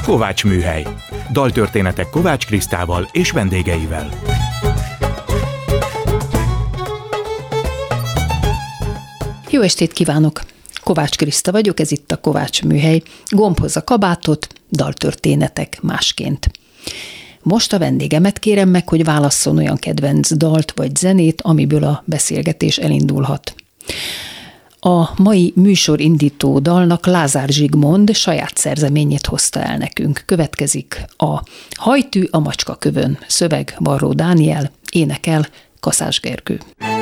Kovács Műhely. Daltörténetek Kovács Krisztával és vendégeivel. Jó estét kívánok! Kovács Kriszta vagyok, ez itt a Kovács Műhely. Gombhoz a kabátot, daltörténetek másként. Most a vendégemet kérem meg, hogy válasszon olyan kedvenc dalt vagy zenét, amiből a beszélgetés elindulhat. A mai műsorindító dalnak Lázár Zsigmond saját szerzeményét hozta el nekünk. Következik a Hajtű a macskakövön, szöveg Varró Dániel, énekel Kaszás Gergő.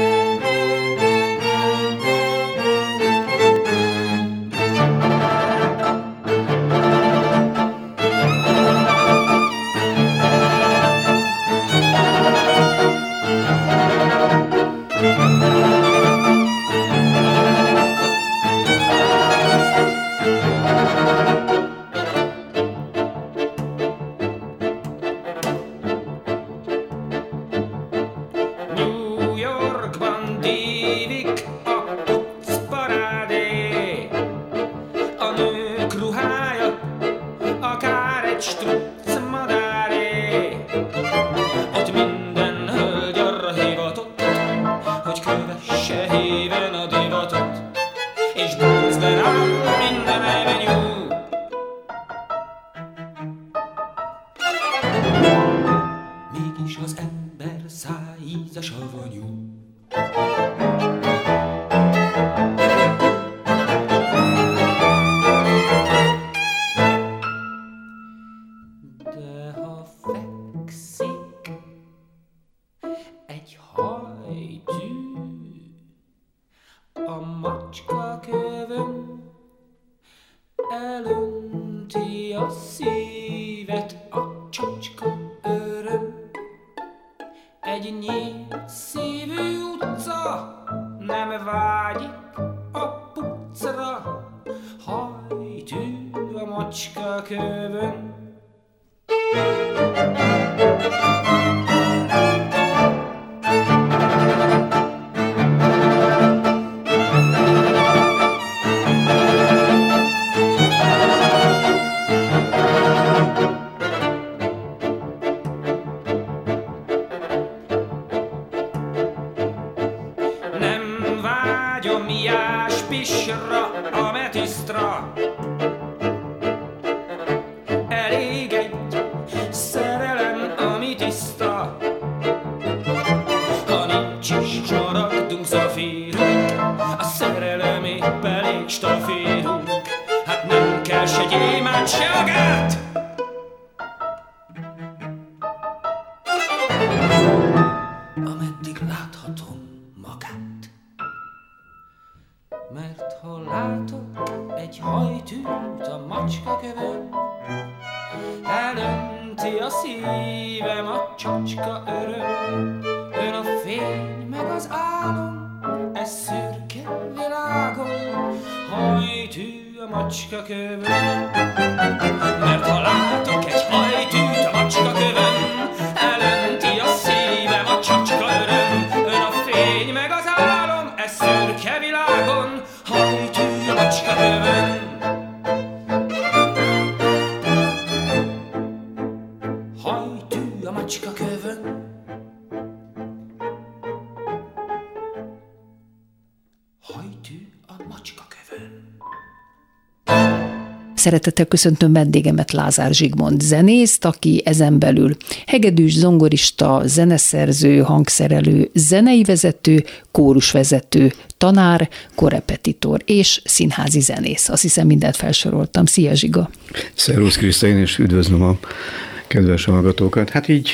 Szeretettel köszöntöm vendégemet, Lázár Zsigmond zenészt, aki ezen belül hegedűs, zongorista, zeneszerző, hangszerelő, zenei vezető, kórusvezető, tanár, korrepetitor és színházi zenész. Azt hiszem, mindent felsoroltam. Szia, Zsiga! Szervusz, Kriszta, én is üdvözlöm a kedves hallgatókat. Hát így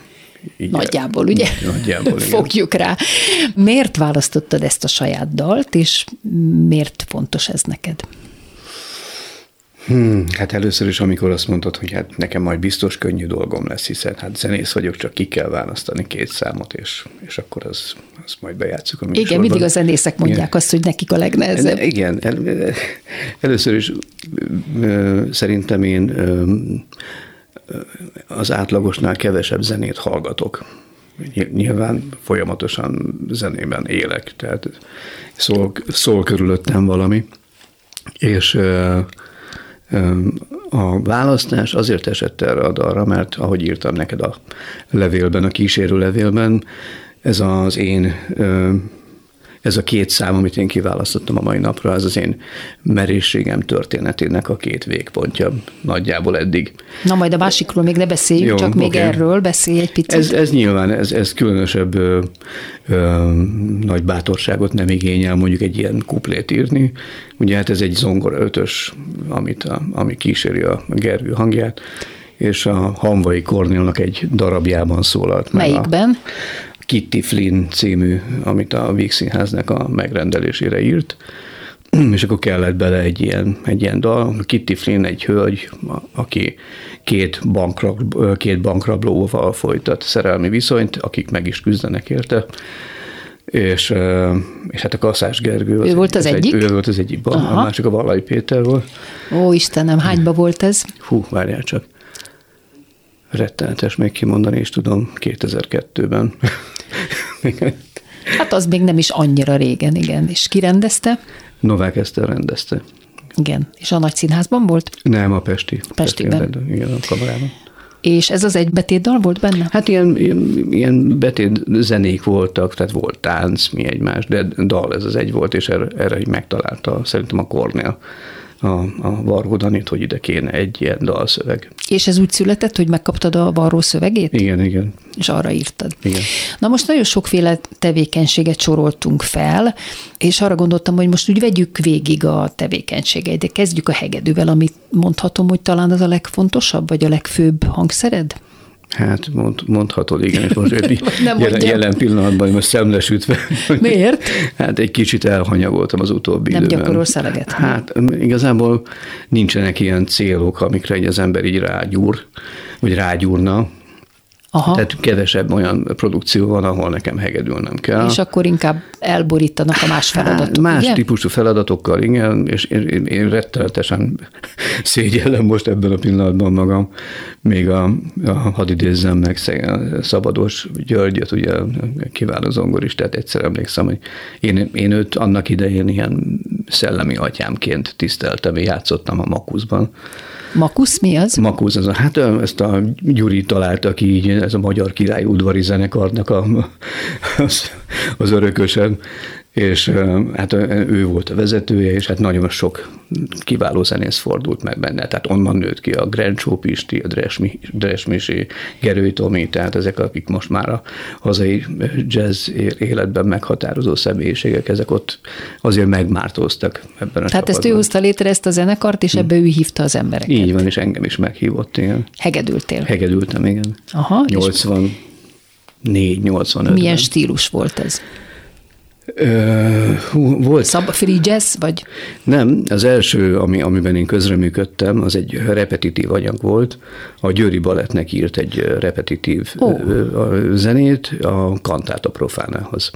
nagyjából, ugye? Nagyjából, fogjuk rá. Miért választottad ezt a saját dalt, és miért fontos ez neked? Hát először is, amikor azt mondtad, hogy hát nekem majd biztos könnyű dolgom lesz, hiszen hát zenész vagyok, csak ki kell választani 2 számot, és akkor azt majd bejátszuk a műsorban. Igen, mindig a zenészek mondják azt, hogy nekik a legnehezebb. Igen, először is szerintem én az átlagosnál kevesebb zenét hallgatok. Nyilván folyamatosan zenében élek, tehát szól körülöttem valami, és A választás azért esett erre a dalra, mert ahogy írtam neked a levélben, a kísérő levélben, ez a két szám, amit én kiválasztottam a mai napra, ez az én merészségem történetének a két végpontja nagyjából eddig. Na majd a másikról még ne beszéljünk, jó, csak még erről beszélj egy picit. Ez nyilván, ez különösebb nagy bátorságot nem igényel mondjuk egy ilyen kuplét írni. Ugye hát ez egy zongora ötös, ami kíséri a Gergő hangját, és a Hamvai Kornélnak egy darabjában szólalt. Melyikben? Kitty Flynn című, amit a Víg Színháznak a megrendelésére írt, és akkor kellett bele egy ilyen dal. Kitty Flynn egy hölgy, aki két bankrablóval folytat szerelmi viszonyt, akik meg is küzdenek érte, és hát a Kaszás Gergő. Ő volt az egyik? Ő volt az egyik, a másik a Vallai Péter volt. Ó, Istenem, hányba volt ez? Hú, várjál csak. Rettenetes még kimondani is tudom, 2002-ben. Hát az még nem is annyira régen, igen. És ki rendezte? Novák Eszter rendezte. Igen. És a Nagyszínházban volt? Nem, a Pestiben. Igen, a kamarában. És ez az egy betétdal volt benne? Hát ilyen betét zenék voltak, tehát volt tánc, mi egymás, de dal ez az egy volt, és erre így megtalálta szerintem a Kornél a Vargó Danit, hogy ide kéne egy ilyen dalszöveg. És ez úgy született, hogy megkaptad a varró szövegét? Igen. És arra írtad. Igen. Na most nagyon sokféle tevékenységet soroltunk fel, és arra gondoltam, hogy most úgy vegyük végig a tevékenységeit, de kezdjük a hegedűvel, amit mondhatom, hogy talán az a legfontosabb, vagy a legfőbb hangszered? Hát mondhatod, igen, és most jelen pillanatban most szemlesütve. Miért? Hát egy kicsit elhanyagoltam az utóbbi időben. Nem gyakorolsz eleget? Hát igazából nincsenek ilyen célok, amikre egy az ember így rágyúr, vagy rágyúrna. Aha. Tehát kevesebb olyan produkció van, ahol nekem hegedülnem kell. És akkor inkább elborítanak a más feladatok, más ugye? típusú feladatokkal, igen, és én rettenetesen szégyellem most ebben a pillanatban magam. Még hadd idézzem meg Szabados Györgyöt, ugye kiváló zongoristát, egyszer emlékszem, hogy én őt annak idején ilyen szellemi atyámként tiszteltem, játszottam a Makuszban. Makusz mi az? Makusz, hát ezt a Gyuri találta ki, így ez a Magyar Király udvari zenekarnak az örökösen, és hát ő volt a vezetője, és hát nagyon sok kiváló zenész fordult meg benne, tehát onnan nőtt ki a Grencsó Pisti, a Dresmisi, Gerői Tomi, tehát ezek, akik most már a hazai jazz életben meghatározó személyiségek, ezek ott azért megmártóztak ebben a Tehát csapatban. ezt ő hozta létre, ezt a zenekart, és ebbe ő hívta az embereket. Így van, és engem is meghívott, igen. Hegedültél? Hegedültem, igen. Aha. 84-85-ben. Milyen stílus volt ez? Volt. Free jazz, vagy? Nem, az első, amiben én közreműködtem, az egy repetitív anyag volt. A Győri Balettnek írt egy repetitív zenét a Cantato Profanához.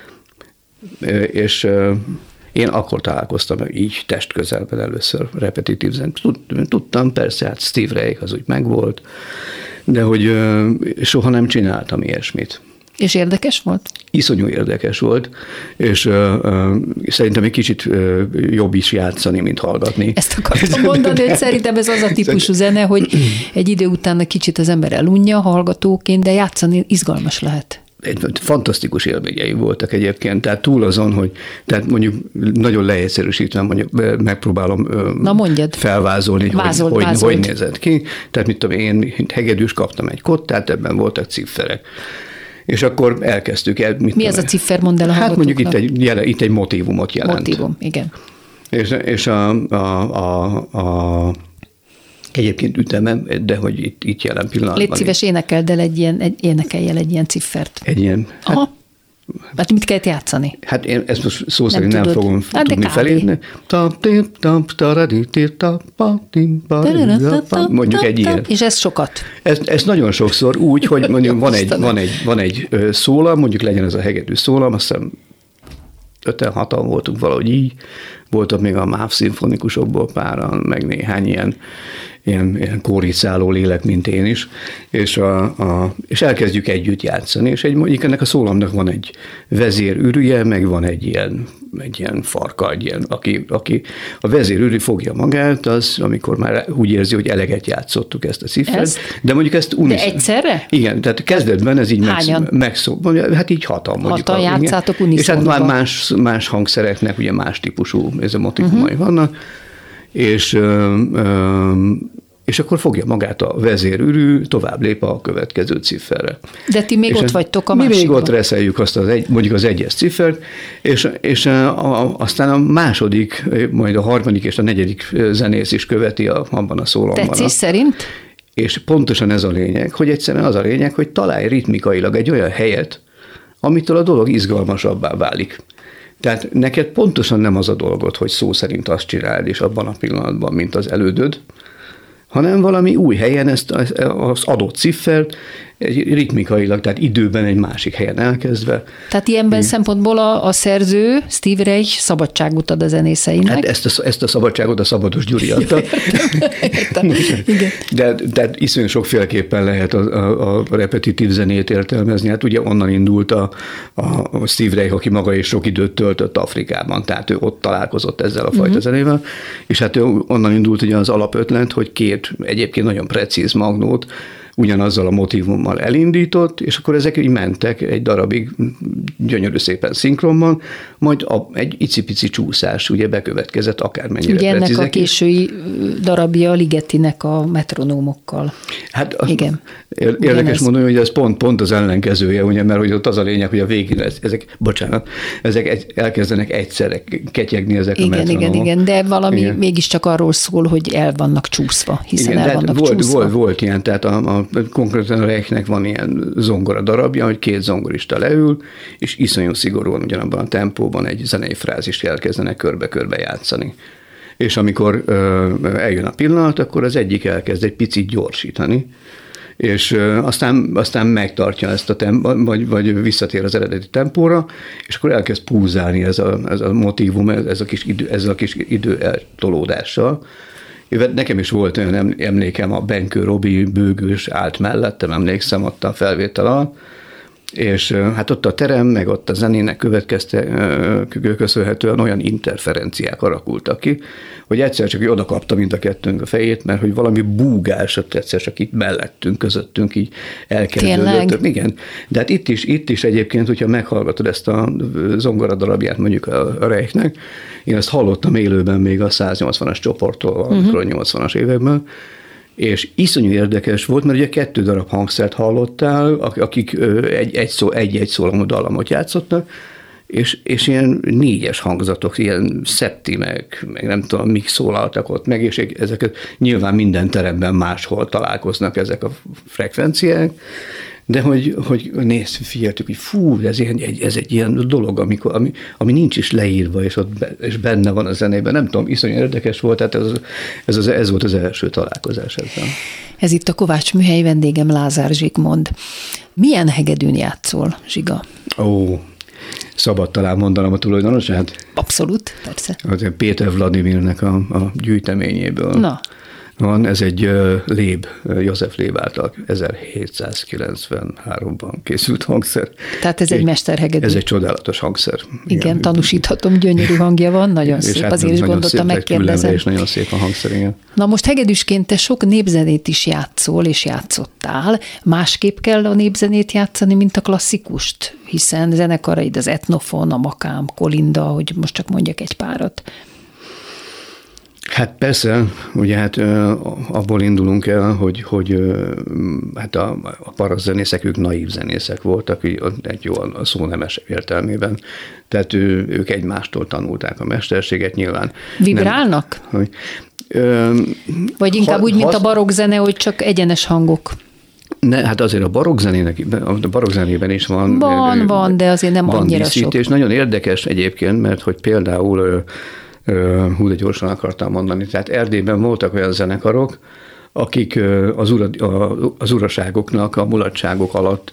És én akkor találkoztam így testközelben először repetitív zenét. Tudtam, persze, hát Steve Reich az úgy megvolt, de hogy soha nem csináltam ilyesmit. És érdekes volt? Iszonyú érdekes volt, és szerintem egy kicsit jobb is játszani, mint hallgatni. Ezt akartam mondani, hogy szerintem ez az a típusú zene, hogy egy idő után kicsit az ember elunja hallgatóként, de játszani izgalmas lehet. Fantasztikus élményeim voltak egyébként, tehát túl azon, hogy tehát mondjuk nagyon leegyszerűsítve mondjuk megpróbálom felvázolni, hogy nézett ki. Tehát mit tudom én, hegedűs kaptam egy kottát, ebben voltak cifferek. És akkor elkezdtük. Mi az a ciffer, mondd el a hát mondjuk itt egy motívumot jelent. Motívum, igen. És egyébként ütemem, de hogy itt jelen pillanatban. Légy szíves, énekelj el egy ilyen ciffert. Egy ilyen? Aha. Hát mit kellett játszani? Hát én ezt most szó szerint nem fogom tudni felírni. Mondjuk egy ilyen. És ez sokat? Ez nagyon sokszor úgy, hogy mondjuk van egy szólam, mondjuk legyen ez a hegedű szólam, azt hiszem 5-6-an voltunk valahogy így, voltak még a MÁV szimfonikusokból páran, meg néhány ilyen kóricáló lélek, mint én is, és elkezdjük együtt játszani, és mondjuk ennek a szólamnak van egy vezérürüje, meg van egy ilyen farka, aki a vezérürű fogja magát, az, amikor már úgy érzi, hogy eleget játszottuk ezt a ciffert, de mondjuk ezt de egyszerre? Igen, tehát kezdetben ez így megszól, hát így hatan mondjuk. Hatan játszátok uniszonban. És hát már más hangszereknek ugye más típusú ez a motivumai vannak, és akkor fogja magát a vezérürű, tovább lép a következő cifferre. De ti még ott vagytok a másikban. Mi még ott reszeljük azt mondjuk az egyes ciffert, és aztán a második, majd a harmadik és a negyedik zenész is követi abban a szólamban. Tetszés szerint? És pontosan ez a lényeg, hogy egyszerűen az a lényeg, hogy találj ritmikailag egy olyan helyet, amitől a dolog izgalmasabbá válik. Tehát neked pontosan nem az a dolgod, hogy szó szerint azt csináld is abban a pillanatban, mint az elődöd, hanem valami új helyen ezt az adott ciffert ritmikailag, tehát időben egy másik helyen elkezdve. Tehát ilyenben szempontból a szerző, Steve Reich szabadságot ad a zenészeinek. Hát ezt a szabadságot a Szabados Gyuri adta. Értem. Igen. De iszonyú sokféleképpen lehet a repetitív zenét értelmezni. Hát ugye onnan indult a Steve Reich, aki maga is sok időt töltött Afrikában, tehát ő ott találkozott ezzel a fajta zenével, és hát ő onnan indult ugye az alapötlet, hogy két egyébként nagyon precíz magnót ugyanazzal a motívummal elindított, és akkor ezek így mentek egy darabig gyönyörű szépen szinkronban, majd egy icipici csúszás ugye bekövetkezett akármennyire ugye ennek precízek. A késői darabja Ligetinek a metronómokkal. Hát igen. Érdekes mondani, hogy ez pont az ellenkezője, ugye, mert hogy ott az a lényeg, hogy a végén ezek elkezdenek egyszerre ketyegni ezek a metronómok. Igen, de valami mégiscsak arról szól, hogy el vannak csúszva, hiszen igen, el vannak csúszva. Volt ilyen, tehát konkrétan a Reichnek van ilyen zongora darabja, hogy két zongorista leül, és iszonyú szigorúan ugyanabban a tempóban egy zenei frázist elkezdenek körbe-körbe játszani. És amikor eljön a pillanat, akkor az egyik elkezd egy picit gyorsítani, és aztán megtartja ezt a vagy visszatér az eredeti tempóra, és akkor elkezd púzálni ez a motívum, ez a kis idő eltolódással. Nekem is volt olyan emlékem, a Benkő Robi bőgős állt mellettem, emlékszem ott a felvétel alatt, és hát ott a terem, meg ott a zenének köszönhetően olyan interferenciák alakultak ki, hogy egyszer csak oda kapta mind a kettőnk a fejét, mert hogy valami búgás ott egyszer csak itt mellettünk, közöttünk így elkezdődött. Igen, de hát itt is egyébként, hogyha meghallgatod ezt a zongora darabját mondjuk a Reichnek, én ezt hallottam élőben még a 180-as csoporttól, a 80-as években, és iszonyú érdekes volt, mert ugye 2 darab hangszert hallottál, akik egy-egy szólamú dallamot játszottak, és ilyen 4-es hangzatok, ilyen szeptimek, meg nem tudom, mik szólaltak ott meg, és ezeket nyilván minden teremben máshol találkoznak ezek a frekvenciák, de hogy figyeltük, hogy fú, ez egy ilyen dolog, ami nincs is leírva, és benne van a zenében. Nem tudom, iszonyú érdekes volt, tehát ez volt az első találkozás ezzel. Ez itt a Kovács Műhely, vendégem Lázár Zsigmond. Milyen hegedűn játszol, Zsiga? Szabad talán mondanom a tulajdonosát? Abszolút, persze. Az Péter Vladimirnek a gyűjteményéből. Na. Van, ez egy József Léb által 1793-ban készült hangszer. Tehát ez egy mesterhegedű. Ez egy csodálatos hangszer. Igen, tanúsíthatom, gyönyörű hangja van, nagyon szép, hát azért is gondoltam, megkérdezem. És nagyon szép a hangszer, igen. Na most hegedűsként te sok népzenét is játszol, és játszottál. Másképp kell a népzenét játszani, mint a klasszikust, hiszen zenekaraid az Etnofon, a Makám, Kolinda, hogy most csak mondjak egy párat. Hát persze, ugye hát abból indulunk el, hogy hát a parasztzenészek, ők naív zenészek voltak, egy jól a szó nemes értelmében. Tehát ők egymástól tanulták a mesterséget nyilván. Vibrálnak? Vagy inkább úgy, mint a barokk zene, hogy csak egyenes hangok? Hát azért a barokk zenében is van. Van, de azért nem annyira sok. És nagyon érdekes egyébként, mert hogy például de gyorsan akartam mondani. Tehát Erdélyben voltak olyan zenekarok, akik az uraságoknak a mulatságok alatt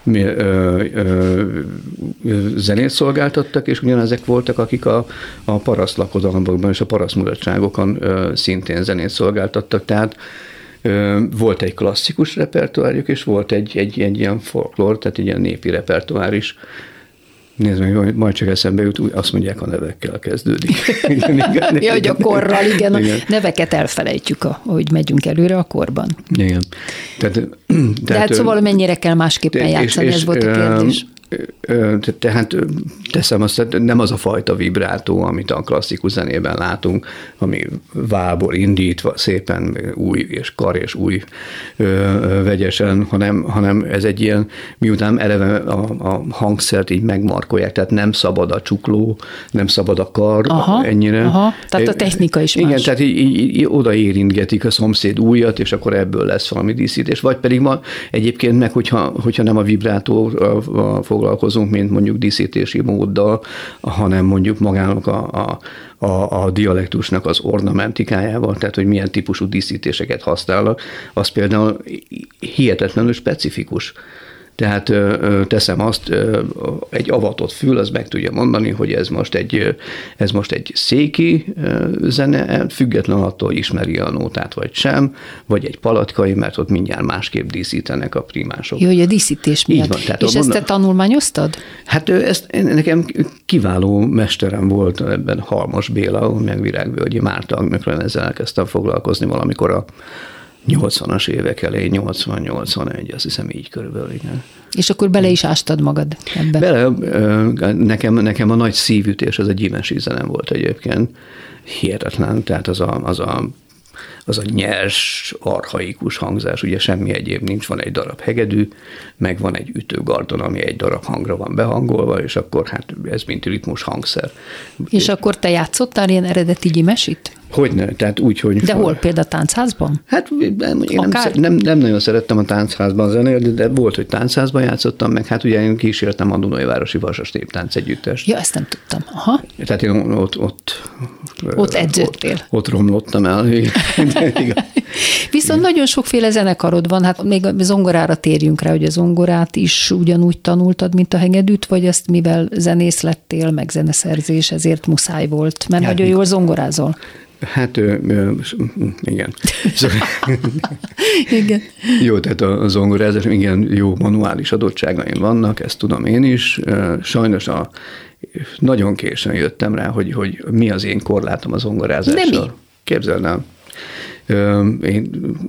zenét szolgáltattak, és ugyanezek voltak, akik a paraszt lakodalmakban és a paraszt mulatságokon szintén zenét szolgáltattak. Tehát volt egy klasszikus repertoárjuk, és volt egy ilyen folklór, tehát egy ilyen népi repertoár is. Nézd meg, majd csak eszembe jut, azt mondják, a nevekkel kezdődik. Ja, hogy a korral, igen, a neveket elfelejtjük, ahogy megyünk előre a korban. Igen. De hát szóval mennyire kell másképpen játszani, ez volt a kérdés. Tehát teszem azt, nem az a fajta vibrátó, amit a klasszikus zenében látunk, ami vából indítva szépen új és kar és új vegyesen, hanem ez egy ilyen, miután eleve a hangszert így megmarkolják, tehát nem szabad a csukló, nem szabad a kar ennyire. Tehát a technika is más. Igen, tehát így oda érintgetik a szomszéd újat, és akkor ebből lesz valami díszítés. Vagy pedig ma egyébként meg, hogyha nem a vibrátóval foglalkozunk, mint mondjuk díszítési móddal, hanem mondjuk magának a dialektusnak az ornamentikájával, tehát hogy milyen típusú díszítéseket használnak, az például hihetetlenül specifikus. Tehát teszem azt, egy avatott fül, az meg tudja mondani, hogy ez most egy széki zene, független attól, ismeri a nótát vagy sem, vagy egy palatkai, mert ott mindjárt másképp díszítenek a primások. Jó, hogy a díszítés miatt. Van, tehát és ezt te tanulmányoztad? Hát nekem kiváló mesterem volt ebben, Halmos Béla, meg Virágvölgyi Márta, amikor ezzel elkezdtem foglalkozni valamikor a 80-as évek elején, 80-81, azt hiszem így körülbelül, igen. És akkor bele is ástad magad ebbe? Bele, nekem a nagy szívütés, az egy gyimesi zenem volt egyébként. Hihetetlen, tehát az a nyers, archaikus hangzás, ugye semmi egyéb nincs, van egy darab hegedű, meg van egy ütőgardon, ami egy darab hangra van behangolva, és akkor hát ez mint ritmus hangszer. És akkor te játszottál ilyen eredeti gyimesit? Hogyne, tehát úgy, hogy... De hol, például táncházban? Hát én nem nagyon szerettem a táncházban zenélni, de volt, hogy táncházban játszottam, meg hát ugye én kísértem a Dunajvárosi Vasas Néptánc Együttest. Ja, ezt nem tudtam. Aha. Tehát én ott edződtél. Ott romlottam el. Viszont nagyon sokféle zenekarod van, hát még a zongorára térjünk rá, hogy a zongorát is ugyanúgy tanultad, mint a hegedűt, vagy ezt mivel zenész lettél, meg zeneszerzés, ezért muszáj volt, mert nagyon jól zongorázol. Hát, igen. Igen. Jó, tehát a zongorázás, igen, jó manuális adottságaim vannak, ezt tudom én is. Sajnos nagyon későn jöttem rá, hogy mi az én korlátom a zongorázással. De mi? Képzeld el. Én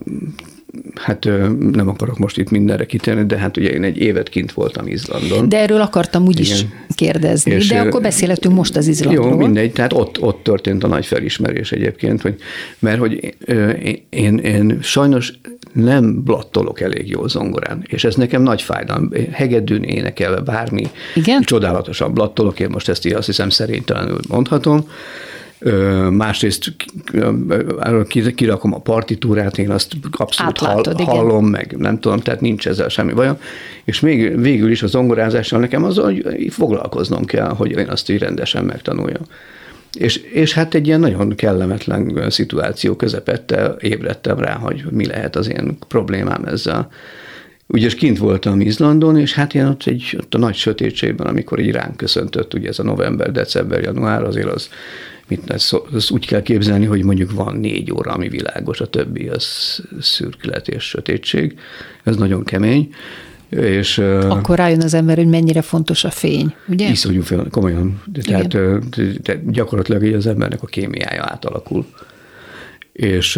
nem akarok most itt mindenre kitérni, de hát ugye én egy évet kint voltam Izlandon. De erről akartam úgyis kérdezni, és de akkor beszélhetünk most az Izlandról. Jó, mindegy, tehát ott történt a nagy felismerés egyébként, mert hogy én sajnos nem blattolok elég jól zongorán, és ez nekem nagy fájdalom. Hegedűn, énekelve bármi. Igen? Csodálatosan blattolok, én most ezt így azt hiszem szerénytelenül mondhatom. Másrészt kirakom a partitúrát, én azt abszolút hallom, meg nem tudom, tehát nincs ezzel semmi bajom. És még végül is a zongorázással nekem azzal, hogy foglalkoznom kell, hogy én azt így rendesen megtanuljam. És hát egy ilyen nagyon kellemetlen szituáció közepette ébredtem rá, hogy mi lehet az én problémám ezzel. Ugye kint voltam Izlandon, és hát ilyen ott a nagy sötétségben, amikor így ránk köszöntött, ugye ez a november, december, január, azért az azt úgy kell képzelni, hogy mondjuk van 4 óra, ami világos, a többi az szürkület és sötétség. Ez nagyon kemény. És, akkor rájön az ember, hogy mennyire fontos a fény, ugye? Iszonyú fél, komolyan. Tehát gyakorlatilag így az embernek a kémiája átalakul. És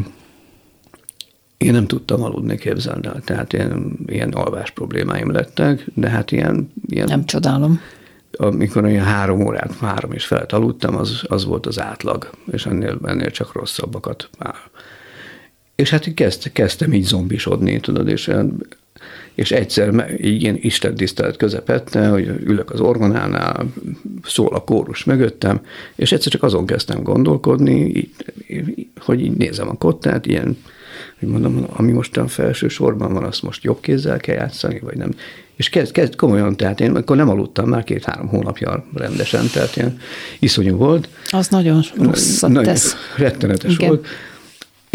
én nem tudtam aludni, képzelni. Tehát ilyen alvás problémáim lettek, de hát ilyen nem csodálom. Amikor olyan 3 órát, 3 és felett aludtam, az volt az átlag, és ennél csak rosszabbakat. És hát kezdtem így zombisodni, tudod, és egyszer így ilyen istentisztelet közepette, hogy ülök az orgonánál, szól a kórus mögöttem, és egyszer csak azon kezdtem gondolkodni, hogy így nézem a kottát, ilyen, hogy mondom, ami most a felső sorban van, azt most jobb kézzel kell játszani, vagy nem. És kezd komolyan, tehát én akkor nem aludtam már 2-3 hónapja rendesen, tehát ilyen iszonyú volt. Az nagyon rosszat tesz. Rettenetes igen. volt.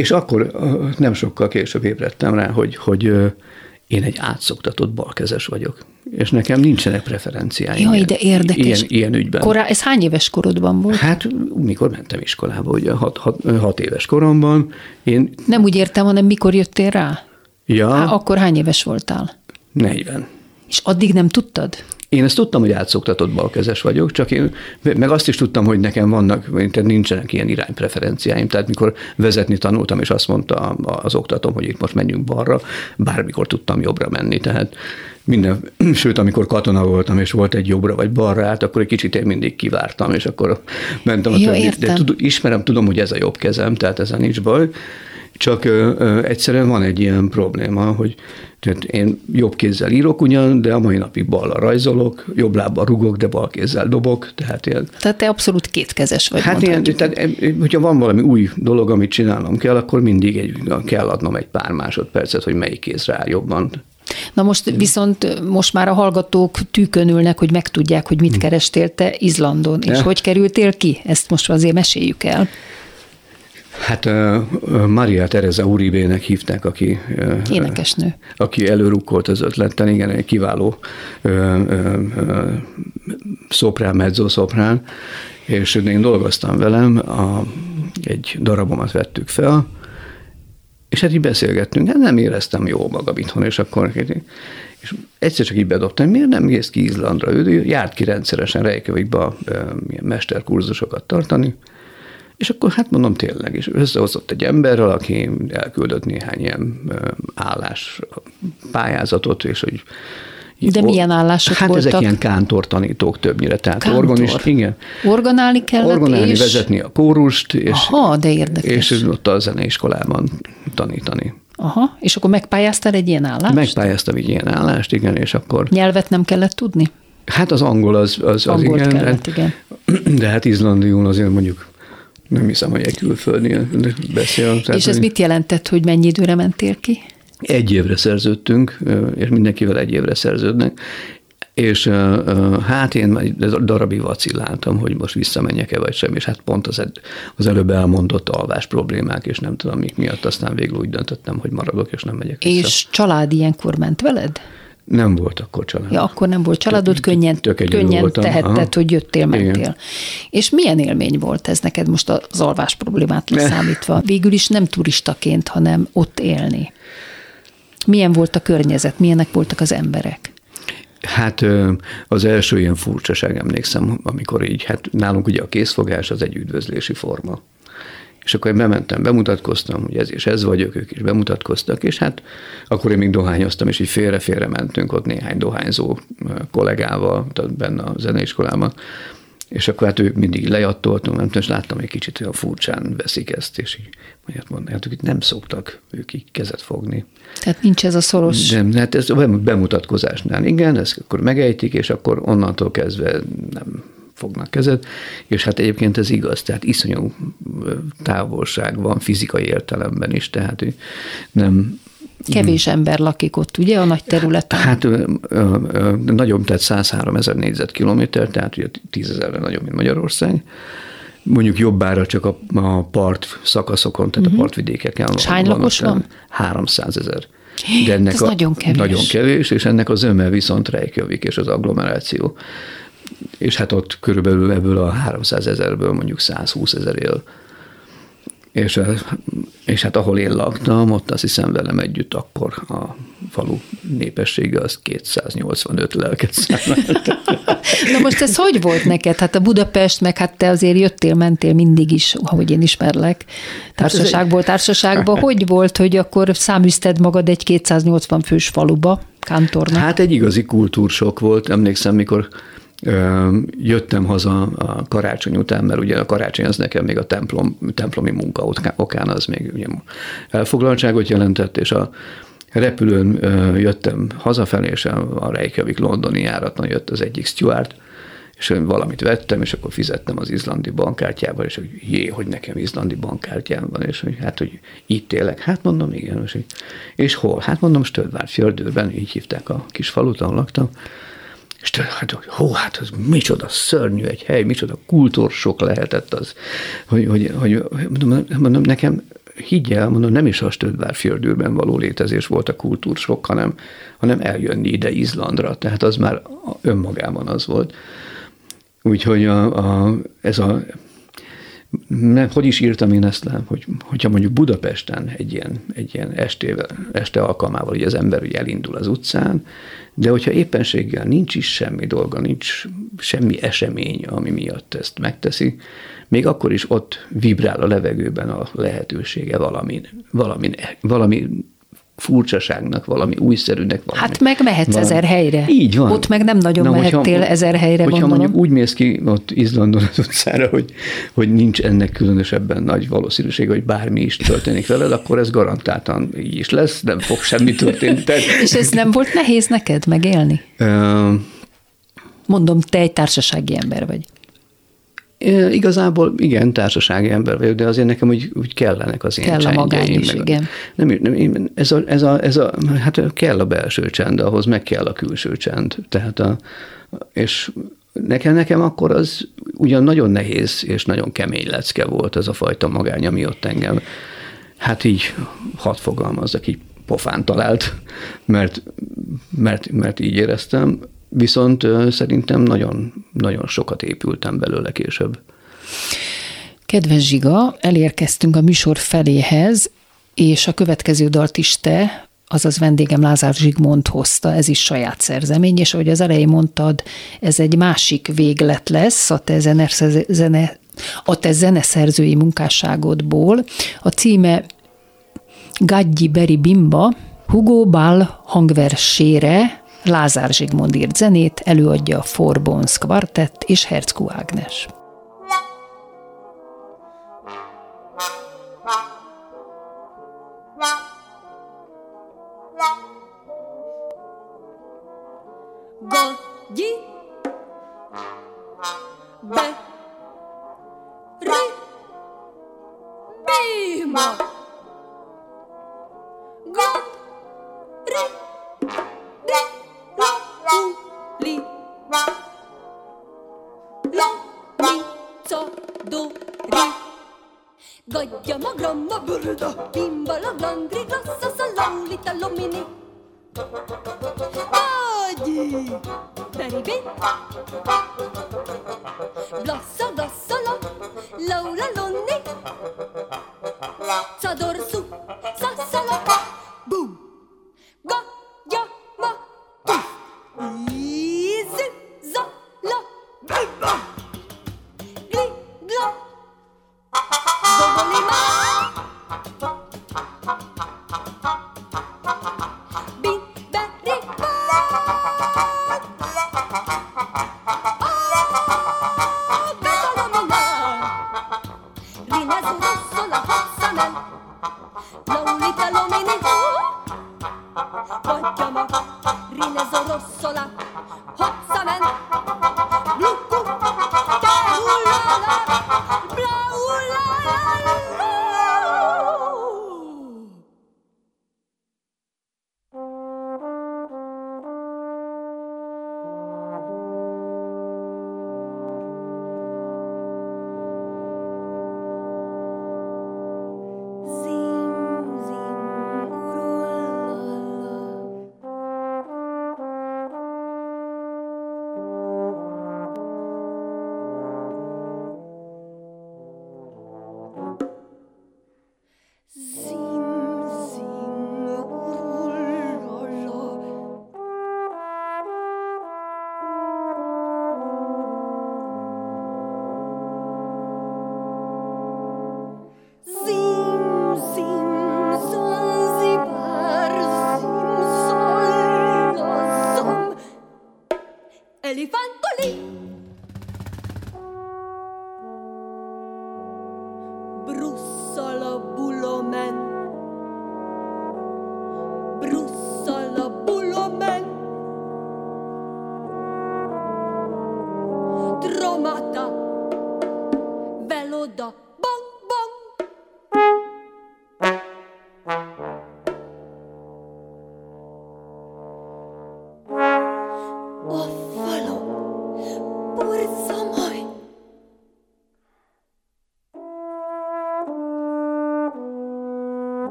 És akkor nem sokkal később ébredtem rá, hogy én egy átszoktatott balkezes vagyok, és nekem nincsenek preferenciáim. Jaj, de érdekes. Ilyen ügyben. Ez hány éves korodban volt? Hát, mikor mentem iskolába, ugye 6 éves koromban. Nem úgy értem, hanem mikor jöttél rá? Ja. Akkor hány éves voltál? 40. És addig nem tudtad? Én ezt tudtam, hogy átszoktatott balkezes vagyok, csak én meg azt is tudtam, hogy nekem tehát nincsenek ilyen iránypreferenciáim. Tehát mikor vezetni tanultam, és azt mondta az oktatom, hogy itt most menjünk balra, bármikor tudtam jobbra menni. Tehát sőt, amikor katona voltam, és volt egy jobbra vagy balra át, akkor egy kicsit én mindig kivártam, és akkor mentem a többi. De tudom, hogy ez a jobb kezem, tehát ezzel nincs baj. Csak egyszerűen van egy ilyen probléma, hogy tehát én jobb kézzel írok ugyan, de a mai napig ballal rajzolok, jobb lábbal rugok, de bal kézzel dobok. Tehát te abszolút kétkezes vagy. Hát tehát, hogyha van valami új dolog, amit csinálnom kell, akkor mindig kell adnom egy pár másodpercet, hogy melyik kézre áll jobban. Na most már a hallgatók tűkön ülnek, hogy megtudják, hogy mit kerestél te Izlandon, és hogy kerültél ki? Ezt most azért meséljük el. Hát Maria Teresa Uribének hívták, aki énekesnő. Aki előrukkolt az ötleten, igen, egy kiváló szoprán, mezzoszoprán, és én dolgoztam velem, egy darabomat vettük fel, és hát így beszélgettünk, hát nem éreztem jól magam itthon, és akkor és egyszer csak így bedobtam, miért nem mész ki Izlandra? Ő járt ki rendszeresen Reykjavikba mesterkurzusokat tartani, és akkor hát mondom tényleg, és összehozott egy emberrel, aki elküldött néhány ilyen állás pályázatot, és hogy... De milyen állások voltak? Hát ezek ilyen kántortanítók többnyire, tehát organist, igen. Orgonálni kellett, és... vezetni a kórust, és, aha, de érdekes. És ott a zeneiskolában tanítani. Aha, és akkor megpályáztál egy ilyen állást? Megpályáztam egy ilyen állást, igen, és akkor... Nyelvet nem kellett tudni? Hát az angol az igen. Kellett, igen. De hát izlandiul azért mondjuk nem hiszem, hogy egy külföldi beszél. És ez mit jelentett, hogy mennyi időre mentél ki? 1 évre szerződtünk, és mindenkivel 1 évre szerződnek, és hát én darabig vacilláltam, hogy most visszamenjek-e vagy sem, és hát pont az előbb elmondott alvás problémák, és nem tudom mik miatt, aztán végül úgy döntöttem, hogy maradok, és nem megyek vissza. És család ilyenkor ment veled? Nem volt akkor család. Ja, akkor nem volt családod, könnyen tehetted, hogy jöttél, mentél. Igen. És milyen élmény volt ez neked most az alvás problémát leszámítva? Végül is nem turistaként, hanem ott élni. Milyen volt a környezet, milyenek voltak az emberek? Hát az első ilyen furcsaság, emlékszem, amikor így, hát nálunk ugye a készfogás az egy üdvözlési forma. És akkor én bementem, bemutatkoztam, hogy ez és ez vagyok, ők is bemutatkoztak, és hát akkor én még dohányoztam, és így félre-félre mentünk ott néhány dohányzó kollégával, tehát benne a zeneiskolában, és akkor hát ők mindig lejattoltunk, és láttam, hogy kicsit olyan furcsán veszik ezt, és így mondják, hogy nem szoktak ők így kezet fogni. Tehát nincs ez a szoros... Nem, hát ez a bemutatkozásnál, igen, ezt akkor megejtik, és akkor onnantól kezdve nem fognak kezet, és hát egyébként ez igaz, tehát iszonyú távolság van fizikai értelemben is, tehát nem... Kevés ember lakik ott, ugye, a nagy területen? Hát nagyobb, tehát 103 000 négyzetkilométer, tehát ugye 10 000-re nagyobb, mint Magyarország. Mondjuk jobbára csak a part szakaszokon, tehát a partvidékeken van. És hány lakos van? 300 000. De ennek ez nagyon kevés. Nagyon kevés, és ennek a zöme viszont Reykjavik és az agglomeráció. És hát ott körülbelül ebből a 300 000-ből mondjuk 120 000 él. És hát ahol én laktam, ott azt hiszem velem együtt akkor a falu népessége az 285 lelket számált. Na most ez hogy volt neked? Hát a Budapest, meg hát te azért jöttél, mentél mindig is, ahogy én ismerlek, társaságba. Hogy volt, hogy akkor száműzted magad egy 280 fős faluba, kántornak? Hát egy igazi kultúrsok volt. Emlékszem, mikor jöttem haza a karácsony után, mert ugye a karácsony az nekem még a templomi munka okán az még ugye elfoglaltságot jelentett, és a repülőn jöttem hazafelé, és a Reykjavik londoni járaton jött az egyik steward, és valamit vettem, és akkor fizettem az izlandi bankkártyával, és hogy nekem izlandi bankkártyám van, és hogy itt élek. Hát mondom, igen. És hol? Hát mondom, Stöðvarfjörðurben, így hívták a kis falut, ahol laktam. És hát az micsoda szörnyű egy hely, micsoda kultúrsok lehetett az, hogy mondom, nekem higgyel, mondom, nem is a Stödvárfjördőben való létezés volt a kultúrsok, hanem eljönni ide Izlandra, tehát az már önmagában az volt. Úgyhogy hogy is írtam én ezt le, hogyha mondjuk Budapesten egy ilyen este alkalmával ugye az ember ugye elindul az utcán, de hogyha éppenséggel nincs is semmi dolga, nincs semmi esemény, ami miatt ezt megteszi, még akkor is ott vibrál a levegőben a lehetősége valami furcsaságnak, valami újszerűnek. Hát meg mehetsz 1000 helyre. Így van. Ott meg nem nagyon mehettél 1000 helyre, hogyha gondolom. mondjuk úgy mész ki ott Izlandon az utcára, hogy nincs ennek különösebben nagy valószínűség, hogy bármi is történik veled, akkor ez garantáltan így is lesz, nem fog semmi történni. És ez nem volt nehéz neked megélni? Mondom, te egy társasági ember vagy. Igazából igen, társasági ember vagyok, de azért nekem úgy kellenek az ilyen csendjeim. Kell a magány is, igen. Hát kell a belső csend, ahhoz meg kell a külső csend. Tehát és nekem akkor az ugyan nagyon nehéz és nagyon kemény lecke volt az a fajta magány, ami ott engem, hát így hadd fogalmazzak, így pofán talált, mert így éreztem. Viszont szerintem nagyon, nagyon sokat épültem belőle később. Kedves Zsiga, elérkeztünk a műsor feléhez, és a következő dalt is te, azaz vendégem Lázár Zsigmond hozta, ez is saját szerzemény, és ahogy az elején mondtad, ez egy másik véglet lesz a te zeneszerzői munkásságodból. A címe Gagyi Beri Bimba, Hugo Ball hangversére Lázár Zsigmond írt zenét, előadja a Four Bones Quartet és Herczkó Ágnes. Gagyi Beri Bimba Gagyi Li La Mi Ca Do Ri Gagya magramma burda Bimba la glangri glassa salolita lomini Gagyi Beri Bim Glassa glassa la Laula lonni Ca dorsu Sassala Boom Gagya ma Easy, za, la, bimba, gli, gla, bobolima, bin, beri, betalomina, rinazu, rosso, la hotsanen, laulita, lomini, Guagliama, rineso rossola, hozzamen, bluccu, caulala, blaulala. Zim, zim, urulala.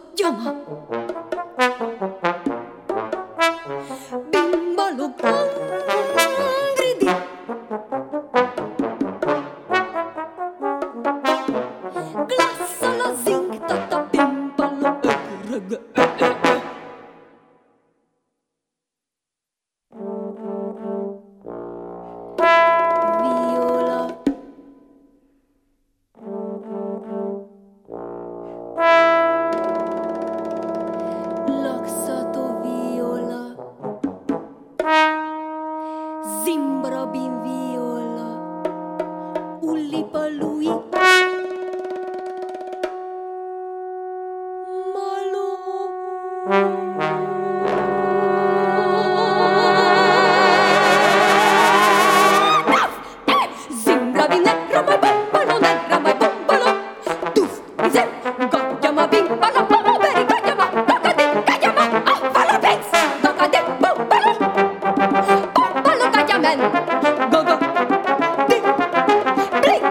Gadjama. Bimbalog gridi. Glassala zingtata bimbalog ögrög. Viola. Laxato viola. Zimbrabin viola. Ullipa lui. Malo. Zimbrabin negra mai bombalo, negra mai bombalo. Tuf, zen, gadjama bimbala, beri gadjama, kakadi gadjama, afala pens, kakadi bombalo, bombalo gadjamen, gaga, ding, bling.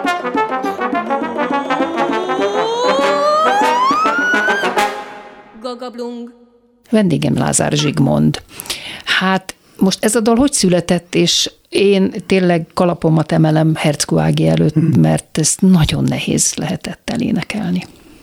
Gaga blung. Vendégem Lázár Zsigmond. Hát most ez a dal hogy született, és én tényleg kalapomat emelem Herczko Ági előtt, mert ezt nagyon nehéz lehetett elénekelni.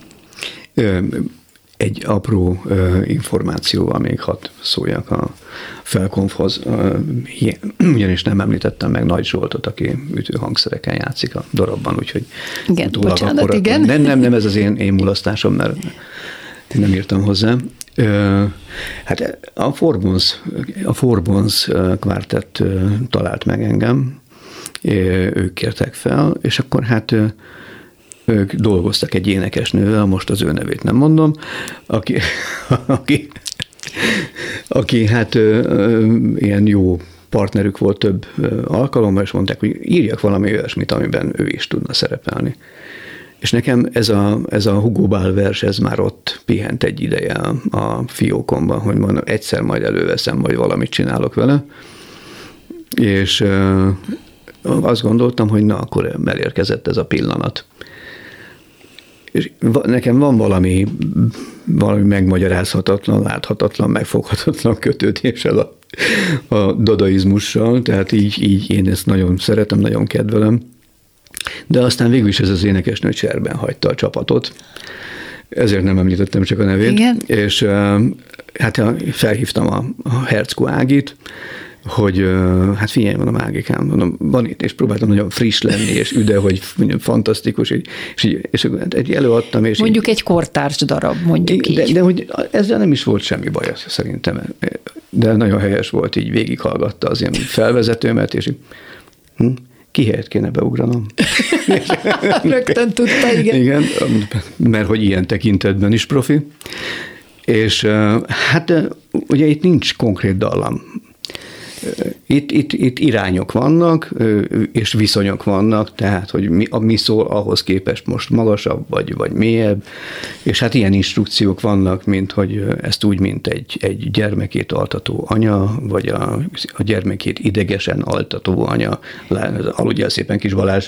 Egy apró információval még hadd szóljak a felkonfhoz, ugyanis nem említettem meg Nagy Zsoltot, aki ütőhangszereken játszik a darabban, úgyhogy igen, bocsánat, akkor, igen. Nem, ez az én mulasztásom, mert én nem írtam hozzá. Hát a Forbons kvártett talált meg engem, ők kértek fel, és akkor hát ők dolgoztak egy énekesnővel, most az ő nevét nem mondom, aki hát ilyen jó partnerük volt több alkalommal, és mondták, hogy írjak valami olyasmit, amiben ő is tudna szerepelni. És nekem ez a Hugo Ball vers, ez már ott pihent egy ideje a fiókomban, hogy mondom, egyszer majd előveszem, vagy valamit csinálok vele. És azt gondoltam, hogy na, akkor elérkezett ez a pillanat. És nekem van valami megmagyarázhatatlan, láthatatlan, megfoghatatlan kötődéssel a dadaizmussal, tehát így én ezt nagyon szeretem, nagyon kedvelem. De aztán végül is ez az énekesnő cserben hagyta a csapatot. Ezért nem említettem csak a nevét. Igen. És hát felhívtam a Herczko Ágit, hogy hát figyelj, mondom, Ágikám, mondom, van itt, és próbáltam nagyon friss lenni, és üde, hogy fantasztikus, és előadtam. És mondjuk egy kortárs darab, mondjuk így. De hogy ezzel nem is volt semmi baj, szerintem. De nagyon helyes volt, így végighallgatta az ilyen felvezetőmet, és ki helyet kéne beugranom. Rögtön tudta, igen. Igen, mert hogy ilyen tekintetben is profi. És hát ugye itt nincs konkrét dallam. Itt irányok vannak, és viszonyok vannak, tehát, hogy mi szól ahhoz képest most magasabb, vagy mélyebb, és hát ilyen instrukciók vannak, mint hogy ezt úgy, mint egy gyermekét altató anya, vagy a gyermekét idegesen altató anya, aludjál szépen, kis Balázs,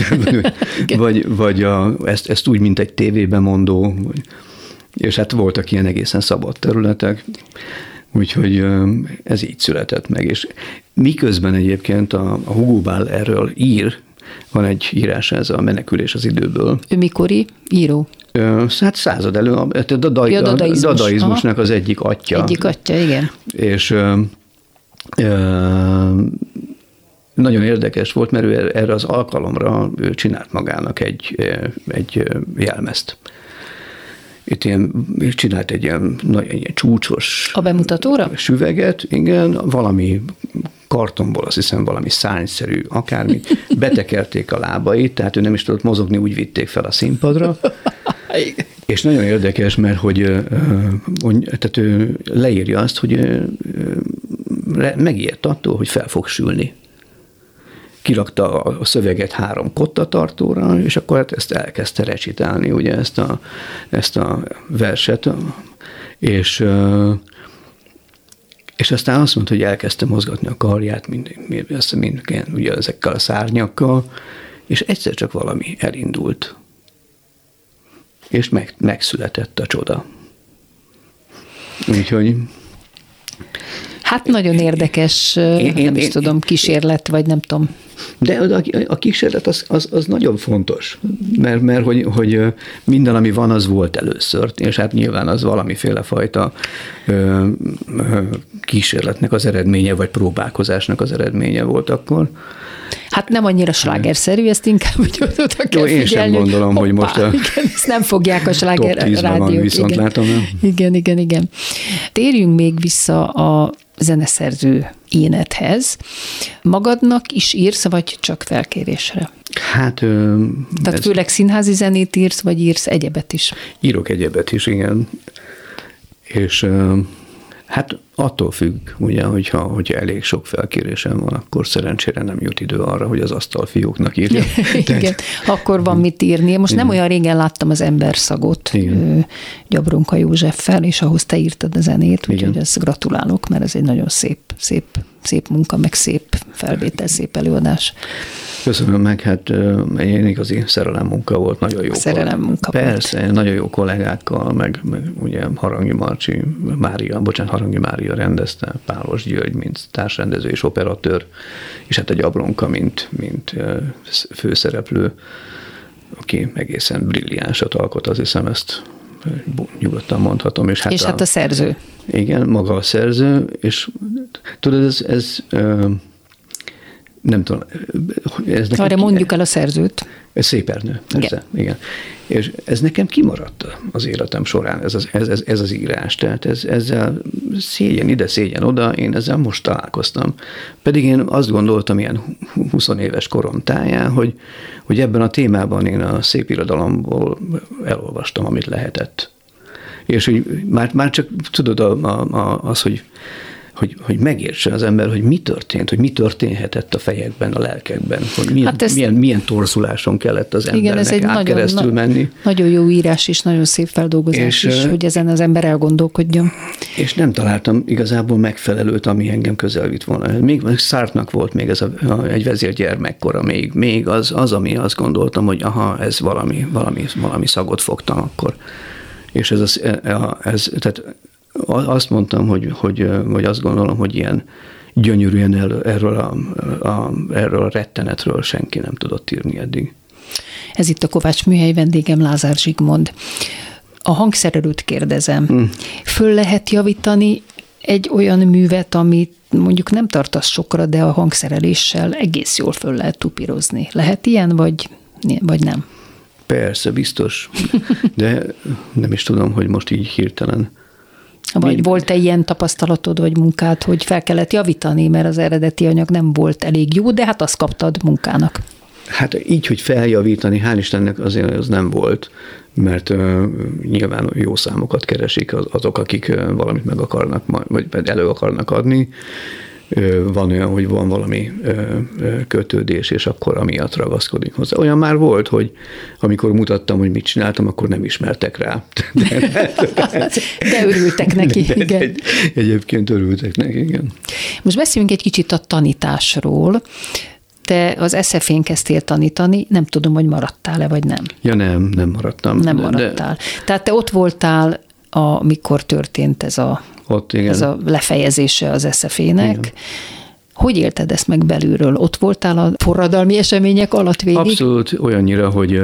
vagy ezt úgy, mint egy tévében mondó, és hát voltak ilyen egészen szabad területek, úgyhogy ez így született meg, és miközben egyébként a Hugo Ball erről ír, van egy írása, ez a Menekülés az időből. Ő mikori író? Hát század elő, a dadaizmusnak az egyik atya. Egyik atya, igen. És nagyon érdekes volt, mert ő erre az alkalomra ő csinált magának egy jelmezt. Itt csinált egy ilyen csúcsos a bemutatóra? Süveget, igen, valami kartonból, azt hiszem valami szárnyszerű akármit, betekerték a lábait, tehát ő nem is tudott mozogni, úgy vitték fel a színpadra. És nagyon érdekes, mert hogy tehát ő leírja azt, hogy megijedt attól, hogy fel fog sülni. Kirakta a szöveget 3 kottatartóra, és akkor hát ezt elkezdte recitálni, ugye ezt a verset, és aztán azt mondta, hogy elkezdte mozgatni a karját, ugye ezekkel a szárnyakkal, és egyszer csak valami elindult, és megszületett a csoda. Úgyhogy... Hát nagyon érdekes, nem is tudom, kísérlet, vagy nem tudom. De a kísérlet az nagyon fontos, mert hogy minden, ami van, az volt először, és hát nyilván az valamiféle fajta kísérletnek az eredménye, vagy próbálkozásnak az eredménye volt akkor. Hát nem annyira slágerszerű, ezt inkább úgy oda kell figyelni. Én sem gondolom, hogy most a igen, ezt nem fogják a sláger rádiók. Viszont igen. Látom. Igen. Térjünk még vissza a zeneszerző énedhez. Magadnak is írsz, vagy csak felkérésre? Hát... Tehát főleg színházi zenét írsz, vagy írsz egyebet is? Írok egyebet is, igen. És hát attól függ, ugye, hogyha elég sok felkérésem van, akkor szerencsére nem jut idő arra, hogy az asztalfióknak írja. Igen, akkor van mit írni. Most nem olyan régen láttam az Emberszagot Gyabronka Józseffel, és ahhoz te írtad a zenét, úgyhogy ezt gratulálok, mert ez egy nagyon szép munka, meg szép felvétel, szép előadás. Köszönöm meg, hát egy igazi szerelemmunka volt, nagyon jó. Szerelemmunka volt. Persze, nagyon jó kollégákkal, meg ugye Harangi Mária rendezte, Pálos György, mint társrendező és operatőr, és hát a Gyabronka, mint főszereplő, aki egészen brilliánsat alkot, azt hiszem, ezt nyugodtan mondhatom. És hát a szerző. Igen, maga a szerző, és tudod, ez nem tudom. Arra mondjuk el a szerzőt. Szép Ernő, persze, igen. És ez nekem kimaradt az életem során, ez az írás. Tehát ezzel szégyen ide, szégyen oda, én ezzel most találkoztam. Pedig én azt gondoltam ilyen 20 éves korom táján, hogy ebben a témában én a szép irodalomból elolvastam, amit lehetett. És hogy már csak tudod az, hogy megértse az ember, hogy mi történt, hogy mi történhetett a fejekben, a lelkekben, hogy milyen torzuláson kellett az embernek keresztül menni. Nagyon jó írás is, nagyon szép feldolgozás is, hogy ezen az ember elgondolkodjon. És nem találtam igazából megfelelőt, ami engem közel vitt volna. Még Sartre-nak volt még ez egy vezér gyermekkora, még az, ami azt gondoltam, hogy ez valami szagot fogtam akkor. És tehát azt mondtam, hogy azt gondolom, hogy ilyen gyönyörűen erről a rettenetről senki nem tudott írni eddig. Ez itt a Kovács Műhely, vendégem Lázár Zsigmond. A hangszerelőt kérdezem. Föl lehet javítani egy olyan művet, amit mondjuk nem tartasz sokra, de a hangszereléssel egész jól föl lehet tupírozni. Lehet ilyen, vagy nem? Persze, biztos. De nem is tudom, hogy most így hirtelen. Vagy volt-e ilyen tapasztalatod, vagy munkád, hogy fel kellett javítani, mert az eredeti anyag nem volt elég jó, de hát azt kaptad munkának. Hát így, hogy feljavítani, hál' Istennek azért az nem volt, mert nyilván jó számokat keresik azok, akik valamit meg akarnak, vagy elő akarnak adni. Van olyan, hogy van valami kötődés, és akkor amiatt ragaszkodik hozzá. Olyan már volt, hogy amikor mutattam, hogy mit csináltam, akkor nem ismertek rá. De örültek neki, igen. Egyébként örültek neki, igen. Most beszéljünk egy kicsit a tanításról. Te az SF-én kezdtél tanítani, nem tudom, hogy maradtál-e, vagy nem? Ja, nem maradtam. Nem maradtál. Tehát te ott voltál, amikor történt ez a lefejezése az SF-ének. Igen. Hogy élted ezt meg belülről? Ott voltál a forradalmi események alatt végig? Abszolút olyannyira, hogy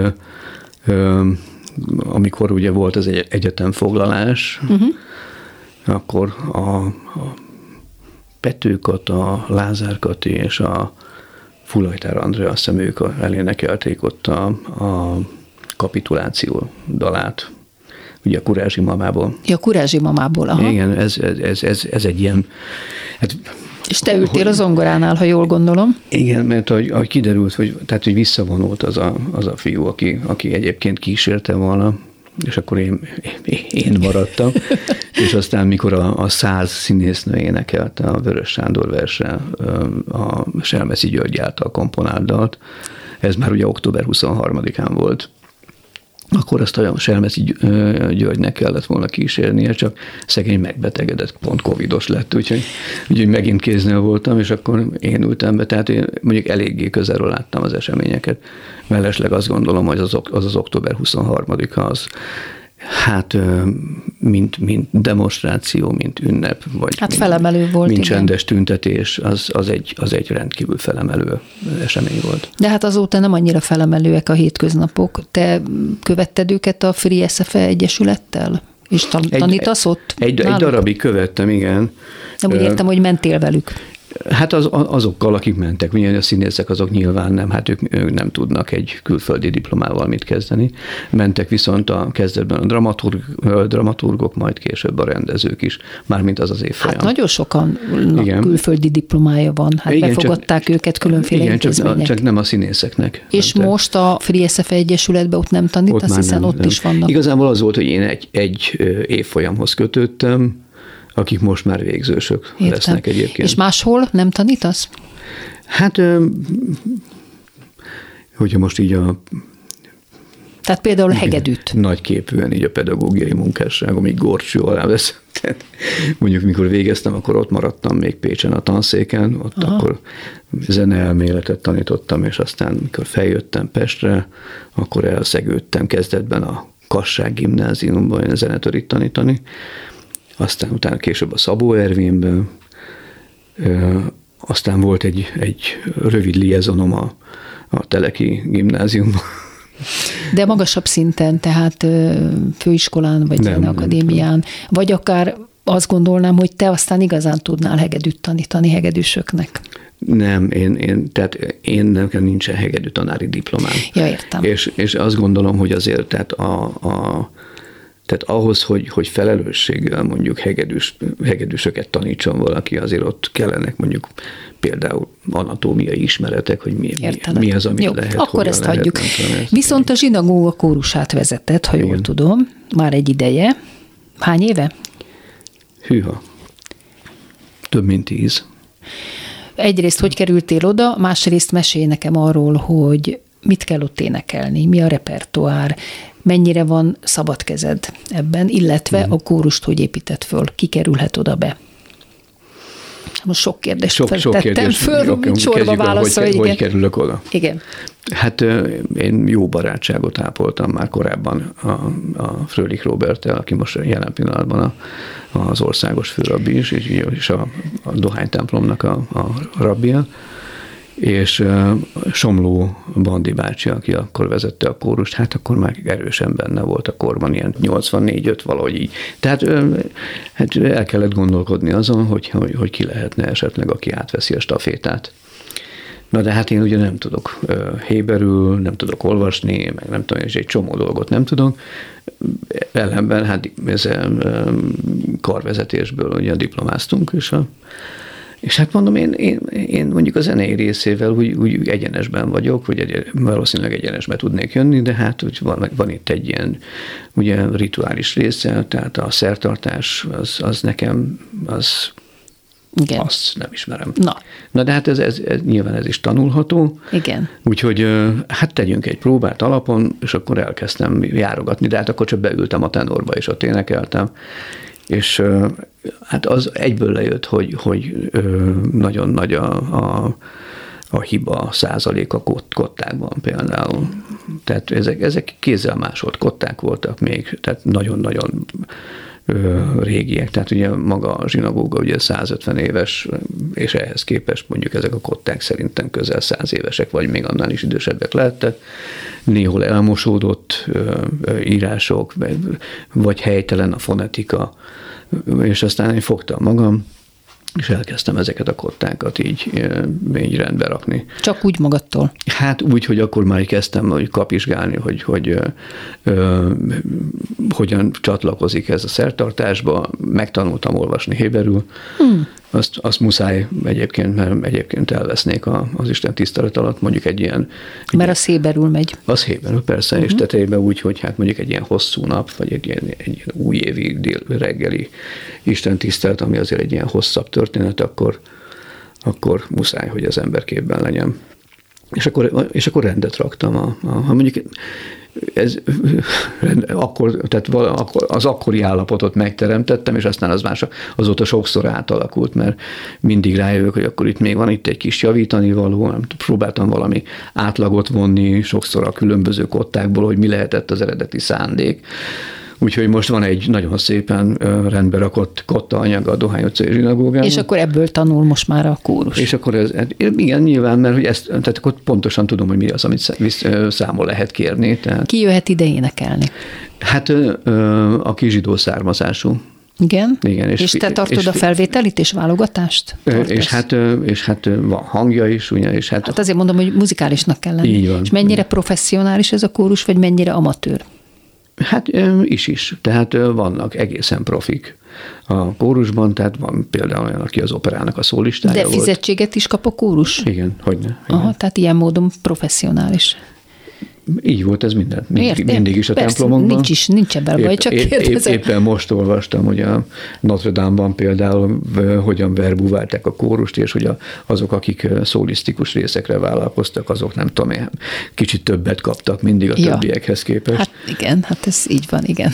amikor ugye volt az egyetemfoglalás, akkor a Petőkat, a Lázár Kati és a Fulajtár Andrea, azt hiszem ők elénekelték ott a kapituláció dalát. Ugye a Kurázsi mamából. Ja, a Kurázsi mamából, aha. Igen, ez egy ilyen... Hát, és te ültél a zongoránál, ha jól gondolom. Igen, mert ahogy kiderült, hogy visszavonult az a fiú, aki egyébként kísérte volna, és akkor én maradtam. És aztán, mikor a 100 színésznő énekelte a Vörös Sándor verse a Selmeczi György által komponált dalt, ez már ugye október 23-án volt, akkor azt a Selmeczi Györgynek kellett volna kísérnie, csak szegény megbetegedett, pont covidos lett, úgyhogy megint kéznél voltam, és akkor én ültem be, tehát én mondjuk eléggé közelről láttam az eseményeket. Mellesleg azt gondolom, hogy az október 23-a az Hát, mint demonstráció, mint ünnep, vagy hát felemelő volt, mint igen. csendes tüntetés, az egy rendkívül felemelő esemény volt. De hát azóta nem annyira felemelőek a hétköznapok. Te követted őket a Free SFE Egyesülettel? És tanítasz ott? Egy darabig követtem, igen. Nem úgy értem, hogy mentél velük. Hát azokkal, akik mentek, ugye a színészek azok nyilván nem, hát ők nem tudnak egy külföldi diplomával mit kezdeni. Mentek viszont a kezdetben a dramaturgok, majd később a rendezők is, mármint az évfolyam. Hát nagyon sokan külföldi diplomája van, hát igen, befogadták őket különféle intézmények. Csak nem a színészeknek. És mentek. Most a Free SFE Egyesületben ott nem tanítasz, hiszen ott is vannak. Igazából az volt, hogy én egy évfolyamhoz kötődtem, akik most már végzősök lesznek egyébként. És máshol nem tanítasz? Hát, hogyha most így tehát például hegedűt. Nagyképűen így a pedagógiai munkásságom így górcső alá vesz. Mondjuk, mikor végeztem, akkor ott maradtam még Pécsen a tanszéken, ott akkor zeneelméletet tanítottam, és aztán, mikor feljöttem Pestre, akkor elszegődtem kezdetben a Kassák gimnáziumban zenetörit tanítani, aztán utána később a Szabó Ervényben, aztán volt egy rövid liaisonom a Teleki gimnáziumban. De magasabb szinten, tehát főiskolán, vagy zeneakadémián, vagy akár azt gondolnám, hogy te aztán igazán tudnál hegedűt tanítani hegedűsöknek. Nem, én nekem nincsen hegedű tanári diplomám. Ja, értem. És azt gondolom, hogy azért tehát tehát ahhoz, hogy felelősséggel mondjuk hegedűsöket tanítson valaki, azért ott kellenek mondjuk például anatómiai ismeretek, hogy mi az, amit lehet. Akkor ezt lehet, hagyjuk. Viszont a zsinagóga kórusát vezetett, ha jól tudom, már egy ideje. Hány éve? Hűha. Több mint 10. Egyrészt, hogy kerültél oda, másrészt mesélj nekem arról, hogy mit kell ott énekelni, mi a repertoár, mennyire van szabad kezed ebben, illetve a kórust hogy épített föl, ki kerülhet oda be. Most sok kérdést tettem föl, sorba válaszolj. Hogy kerülök oda? Igen. Hát én jó barátságot ápoltam már korábban a Fröhlich Róberttel, aki most jelen pillanatban az országos főrabbi is, és a dohánytemplomnak a rabbia, és Somló Bandi bácsi, aki akkor vezette a kórust, hát akkor már erősen benne volt a korban, ilyen 84-5 valahogy így. Tehát hát el kellett gondolkodni azon, hogy ki lehetne esetleg, aki átveszi a stafétát. Na de hát én ugye nem tudok héberül, nem tudok olvasni, meg nem tudom, és egy csomó dolgot nem tudok. Ellenben hát karvezetésből ugye diplomáztunk, és hát mondom, én mondjuk a zenei részével úgy egyenesben vagyok, hogy valószínűleg egyenesbe tudnék jönni, de hát úgy van itt egy ilyen ugye rituális része, tehát a szertartás az nekem, igen. Azt nem ismerem. Na de hát ez nyilván ez is tanulható. Igen. Úgyhogy hát tegyünk egy próbát alapon, és akkor elkezdtem járogatni, de hát akkor csak beültem a tenorba, és ott énekeltem. És hát az egyből lejött, hogy nagyon nagy a hiba százalék a kottákban például. Tehát ezek kézzel másolt kották voltak még, tehát nagyon-nagyon régiek. Tehát ugye maga a zsinagóga ugye 150 éves, és ehhez képest mondjuk ezek a kották szerintem közel 100 évesek, vagy még annál is idősebbek lehettek. Néhol elmosódott írások, vagy helytelen a fonetika, és aztán én fogtam magam, és elkezdtem ezeket a kottákat így rendbe rakni. Csak úgy magadtól? Hát úgy, hogy akkor már kezdtem kapizsgálni, hogy hogyan csatlakozik ez a szertartásba. Megtanultam olvasni héberül. Azt muszáj egyébként, mert egyébként elvesznék az Isten tisztelet alatt mondjuk egy ilyen... Mert az héberül megy. Az héberül, persze, és tetejében úgy, hogy hát mondjuk egy ilyen hosszú nap, vagy egy ilyen újévi reggeli Isten tisztelet, ami azért egy ilyen hosszabb történet, akkor muszáj, hogy az ember képben legyen. És akkor rendet raktam. Mondjuk tehát az akkori állapotot megteremtettem, és aztán azóta sokszor átalakult, mert mindig rájövök, hogy akkor itt még van itt egy kis javítani való, próbáltam valami átlagot vonni sokszor a különböző kottákból, hogy mi lehetett az eredeti szándék. Úgyhogy most van egy nagyon szépen rendbe rakott kotta anyag a Dohány utcai zsinagógában. És akkor ebből tanul most már a kórus. És akkor igen, nyilván, mert hogy tehát akkor pontosan tudom, hogy mi az, amit számol lehet kérni. Tehát. Ki jöhet ide énekelni? Hát aki zsidó származású. Igen? Igen, és te tartod a felvételit és válogatást? És hát van hangja is, ugye? És hát azért mondom, hogy muzikálisnak kell lenni. Így van. És mennyire professzionális ez a kórus, vagy mennyire amatőr? Hát is. Tehát vannak egészen profik a kórusban, tehát van például olyan, aki az operának a szólistája De volt. fizetséget is kap a kórus? Igen, hogyne. Aha, tehát ilyen módon professzionális. Így volt ez mindig is a templomokban. Nincs ebben baj, csak kérdezem. Éppen most olvastam, hogy a Notre Dame-ban például hogyan verbúválták a kórust, és hogy azok, akik szólisztikus részekre vállalkoztak, azok nem tudom én, kicsit többet kaptak mindig a többiekhez képest. Hát igen, hát ez így van, igen.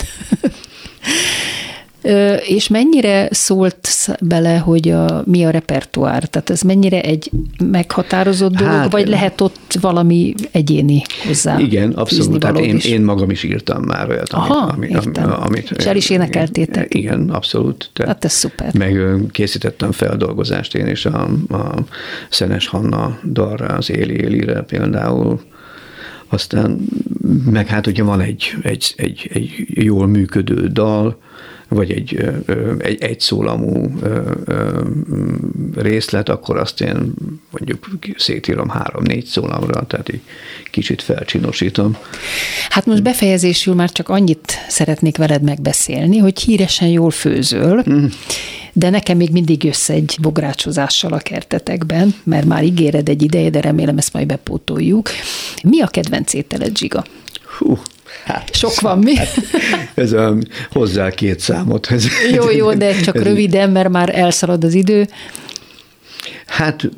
És mennyire szólt bele, hogy mi a repertoár? Tehát ez mennyire egy meghatározott dolog, vagy lehet ott valami egyéni hozzá? Igen, abszolút. Hát én magam is írtam már olyat, amit és el is énekeltétek? Igen, abszolút. Hát ez szuper. Meg készítettem feldolgozást én is a Szenes Hanna dalra, az Éli Élire például. Aztán meg hát, hogyha van egy jól működő dal, vagy egy szólamú részlet, akkor azt én mondjuk szétírom 3-4 szólamra, tehát így kicsit felcsinosítom. Hát most befejezésül már csak annyit szeretnék veled megbeszélni, hogy híresen jól főzöl, de nekem még mindig jössz egy bográcsozással a kertetekben, mert már ígéred egy ideje, de remélem ezt majd bepótoljuk. Mi a kedvenc ételed, Zsiga? Sok van, mi? Ez hozzá 2 számot. Jó, de csak röviden, mert már elszalad az idő. Hát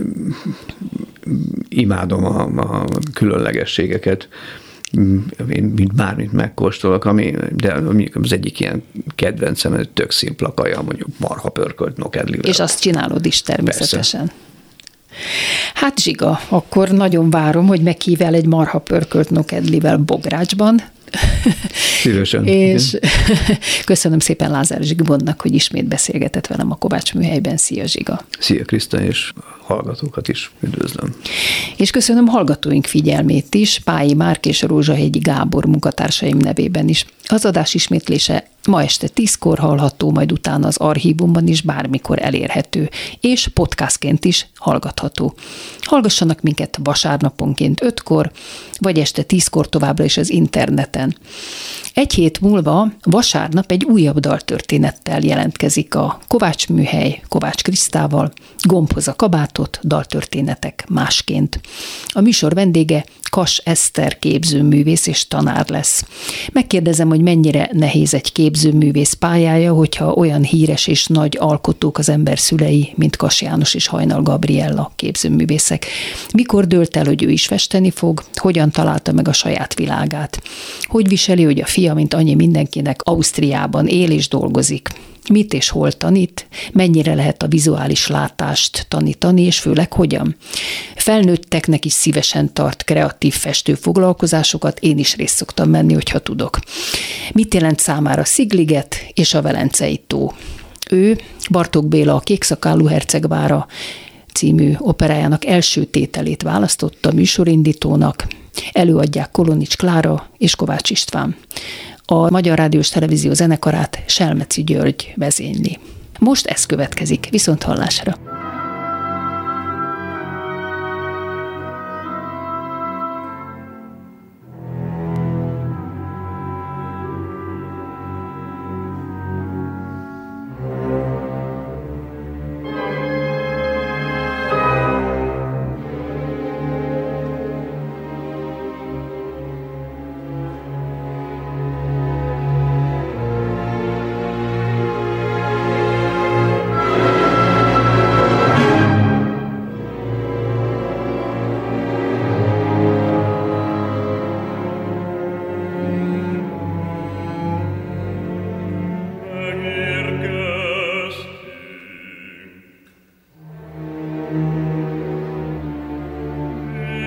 imádom a különlegességeket. Én bármit megkóstolok, de az egyik ilyen kedvencem, ez tök szimpla kaja, mondjuk marha pörkölt nokedlivel. És azt csinálod is természetesen. Persze. Hát Zsiga, akkor nagyon várom, hogy meghívál egy marha pörkölt nokedlivel Bográcsban. Szívesen. És köszönöm szépen Lázár Zsigmondnak, hogy ismét beszélgetett velem a Kovács Műhelyben. Szia, Zsiga! Szia, Kriszta, és hallgatókat is üdvözlöm. És köszönöm hallgatóink figyelmét is, Pályi Márk és Rózsahegyi Gábor munkatársaim nevében is. Az adás ismétlése ma este 10-kor hallható, majd utána az archívumban is bármikor elérhető, és podcastként is hallgatható. Hallgassanak minket vasárnaponként 5-kor, vagy este 10-kor továbbra is az interneten. Egy hét múlva vasárnap egy újabb daltörténettel jelentkezik a Kovács Műhely Kovács Krisztával, Gombhoz a kabátot, daltörténetek másként. A műsor vendége Kass Eszter képzőművész és tanár lesz. Megkérdezem, hogy mennyire nehéz egy képzőművész pályája, hogyha olyan híres és nagy alkotók az ember szülei, mint Kass János és Hajnal Gabriella képzőművészek. Mikor dőlt el, hogy ő is festeni fog, hogyan találta meg a saját világát? Hogy viseli, hogy a fia, mint annyi mindenkinek, Ausztriában él és dolgozik? Mit és hol tanít, mennyire lehet a vizuális látást tanítani, és főleg hogyan. Felnőtteknek is szívesen tart kreatív festőfoglalkozásokat, én is részt szoktam menni, hogyha tudok. Mit jelent számára Szigliget és a Velencei tó? Ő, Bartók Béla, a Kékszakálú hercegvára című operájának első tételét választotta műsorindítónak, előadják Kolonics Klára és Kovács István. A Magyar Rádiós Televízió zenekarát Selmeci György vezényli. Most ez következik, viszont hallásra.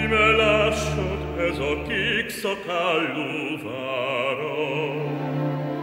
Ez a kékszakálú vára,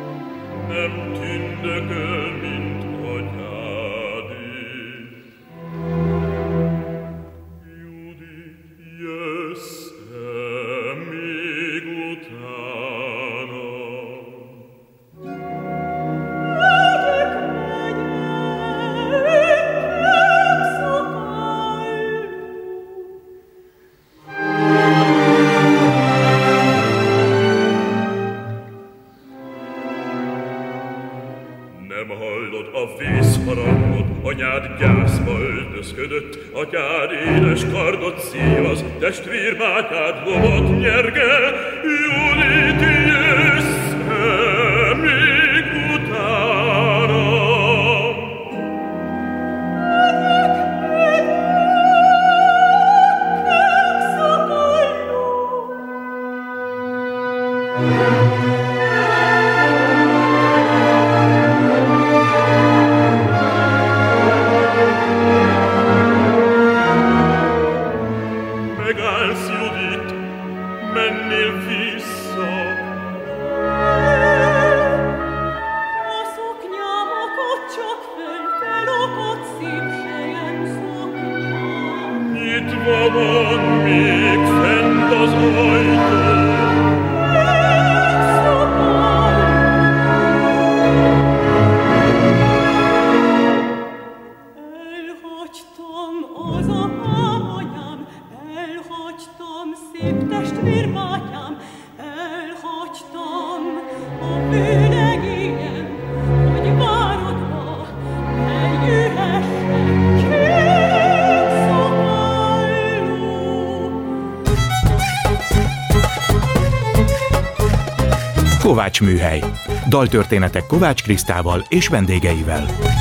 Nem hallod a vészharangot, anyád gyászba öltözködött, atyád édes kardot szív, testvérmátyád lovat nyergel, Judit jössz-e még utána? Megállsz, Judit, mennél vissza. A szoknyámokat csak felfelokott szépsejem szoknyám. Nyitva van még fent az ajtó. Elhagytam az apám, anyám, elhagytam szép testvérmátyám, elhagytam a vőlegényem, hogy várodba eljöhessek kék szakállu. Kovács Műhely. Daltörténetek Kovács Krisztával és vendégeivel.